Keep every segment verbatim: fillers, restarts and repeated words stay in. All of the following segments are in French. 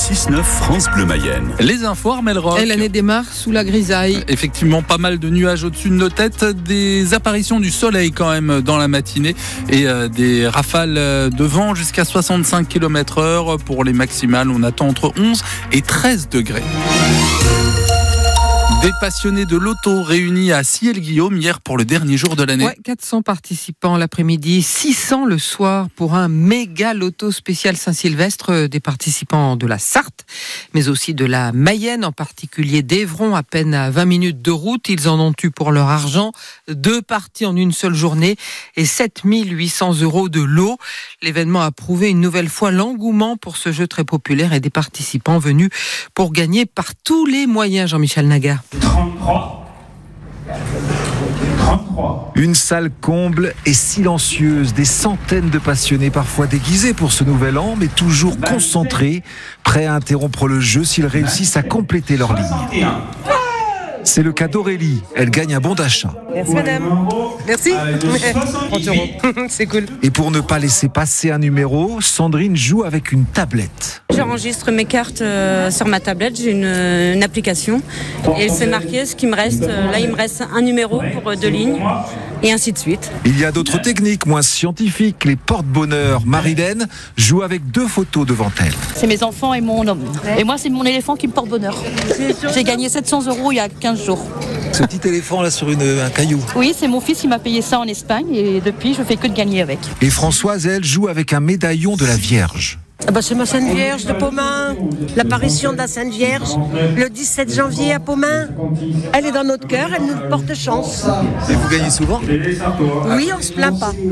six neuf France Bleu Mayenne. Les infos Armel Rock. Et l'année démarre sous la grisaille. Effectivement, pas mal de nuages au-dessus de nos têtes, des apparitions du soleil quand même dans la matinée et euh, des rafales de vent jusqu'à soixante-cinq kilomètres heure. Pour les maximales, on attend entre onze et treize degrés. Des passionnés de loto réunis à Ciel-Guillaume hier pour le dernier jour de l'année. Ouais, quatre cents participants l'après-midi, six cents le soir pour un méga loto spécial Saint-Sylvestre. Des participants de la Sarthe, mais aussi de la Mayenne, en particulier d'Evron, à peine à vingt minutes de route. Ils en ont eu pour leur argent deux parties en une seule journée et sept mille huit cents euros de lot. L'événement a prouvé une nouvelle fois l'engouement pour ce jeu très populaire et des participants venus pour gagner par tous les moyens. Jean-Michel Naga. trente-trois. trente-trois. Une salle comble et silencieuse, des centaines de passionnés parfois déguisés pour ce nouvel an, mais toujours concentrés, prêts à interrompre le jeu s'ils réussissent à compléter leur ligne. C'est le cas d'Aurélie, elle gagne un bon d'achat. Merci madame. Merci. trente euros. C'est cool. Et pour ne pas laisser passer un numéro, Sandrine joue avec une tablette. J'enregistre mes cartes euh, sur ma tablette, j'ai une, une application et c'est marqué ce qui me reste. Là, il me reste un numéro pour euh, deux lignes et ainsi de suite. Il y a d'autres techniques moins scientifiques, les porte-bonheur. Marilène joue avec deux photos devant elle. C'est mes enfants et mon homme. Et moi, c'est mon éléphant qui me porte bonheur. J'ai gagné sept cents euros il y a quinze jours. Ce petit éléphant là sur une, un caillou. Oui, c'est mon fils qui m'a payé ça en Espagne et depuis, je fais que de gagner avec. Et Françoise, elle, joue avec un médaillon de la Vierge. Ah bah c'est ma Sainte Vierge de Pomain, l'apparition de la Sainte Vierge, le dix-sept janvier à Pomain. Elle est dans notre cœur, elle nous porte chance. Et vous gagnez souvent ? Oui, on se plaint pas.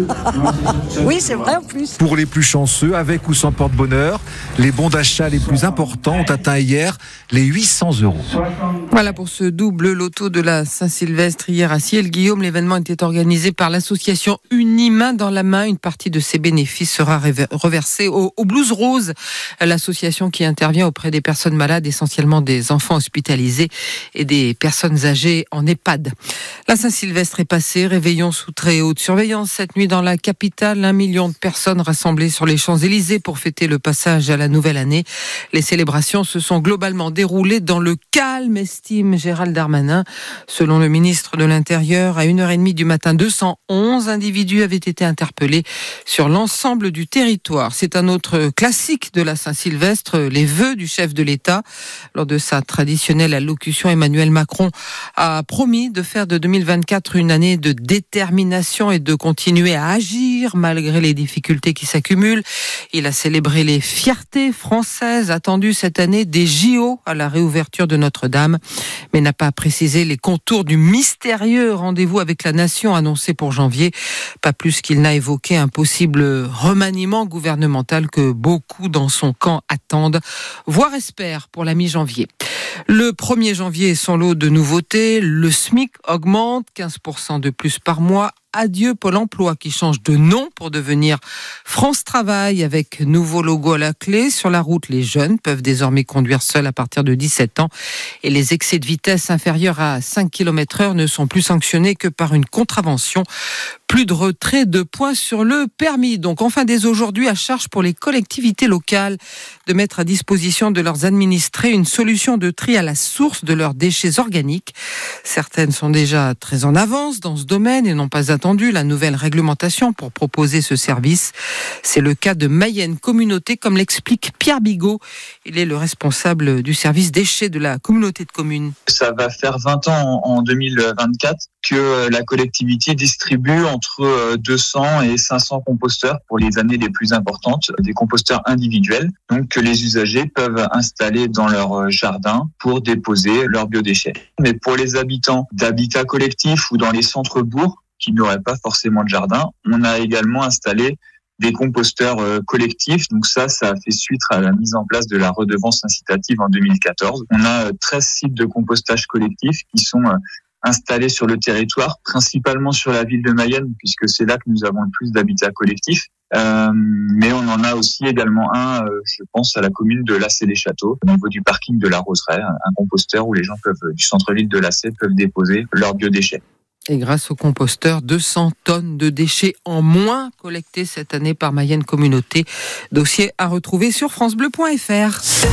Oui, c'est vrai en plus. Pour les plus chanceux, avec ou sans porte-bonheur, les bons d'achat les plus importants ont atteint hier les huit cents euros. Voilà pour ce double loto de la Saint-Sylvestre hier à Ciel-Guillaume. L'événement était organisé par l'association Unis Main dans la Main. Une partie de ses bénéfices sera reversée au, au Blues Rose, l'association qui intervient auprès des personnes malades, essentiellement des enfants hospitalisés et des personnes âgées en EHPAD. La Saint-Sylvestre est passée, réveillon sous très haute surveillance cette nuit dans la capitale. Un million de personnes rassemblées sur les Champs-Élysées pour fêter le passage à la nouvelle année. Les célébrations se sont globalement déroulées dans le calme, estime Gérald Darmanin. Selon le ministre de l'Intérieur, à une heure trente du matin, deux cent onze individus avaient été interpellés sur l'ensemble du territoire. C'est un autre classique de la Saint-Sylvestre, les vœux du chef de l'État. Lors de sa traditionnelle allocution, Emmanuel Macron a promis de faire de deux mille vingt-quatre une année de détermination et de continuer à agir malgré les difficultés qui s'accumulent. Il a célébré les fiertés françaises attendues cette année des J O à la réouverture de Notre-Dame, mais n'a pas précisé les contours du mystérieux rendez-vous avec la nation annoncé pour janvier. Pas plus qu'il n'a évoqué un possible remaniement gouvernemental que beaucoup dans son camp attendent, voire espèrent pour la mi-janvier. Le premier janvier est son lot de nouveautés. Le SMIC augmente, quinze pour cent de plus par mois. Adieu Pôle emploi qui change de nom pour devenir France Travail avec nouveau logo à la clé. Sur la route, les jeunes peuvent désormais conduire seuls à partir de dix-sept ans et les excès de vitesse inférieurs à cinq kilomètres heure ne sont plus sanctionnés que par une contravention. Plus de retrait de points sur le permis. Donc enfin dès aujourd'hui, à charge pour les collectivités locales de mettre à disposition de leurs administrés une solution de tri à la source de leurs déchets organiques. Certaines sont déjà très en avance dans ce domaine et n'ont pas attendu la nouvelle réglementation pour proposer ce service. C'est le cas de Mayenne Communauté, comme l'explique Pierre Bigot. Il est le responsable du service déchets de la communauté de communes. Ça va faire vingt ans en deux mille vingt-quatre que la collectivité distribue entre deux cents et cinq cents composteurs pour les années les plus importantes, des composteurs individuels, donc que les usagers peuvent installer dans leur jardin pour déposer leurs biodéchets. Mais pour les habitants d'habitats collectifs ou dans les centres-bourgs qui n'auraient pas forcément de jardin, on a également installé des composteurs collectifs. Donc ça, ça a fait suite à la mise en place de la redevance incitative en deux mille quatorze. On a treize sites de compostage collectif qui sont installés sur le territoire, principalement sur la ville de Mayenne, puisque c'est là que nous avons le plus d'habitats collectifs. Euh, mais on en a aussi également un, euh, je pense, à la commune de Lassay-les-Châteaux, au niveau du parking de la Roseraie, un composteur où les gens peuvent, du centre-ville de Lassay peuvent déposer leurs biodéchets. Et grâce au composteur, deux cents tonnes de déchets en moins collectés cette année par Mayenne Communauté. Dossier à retrouver sur francebleu point fr.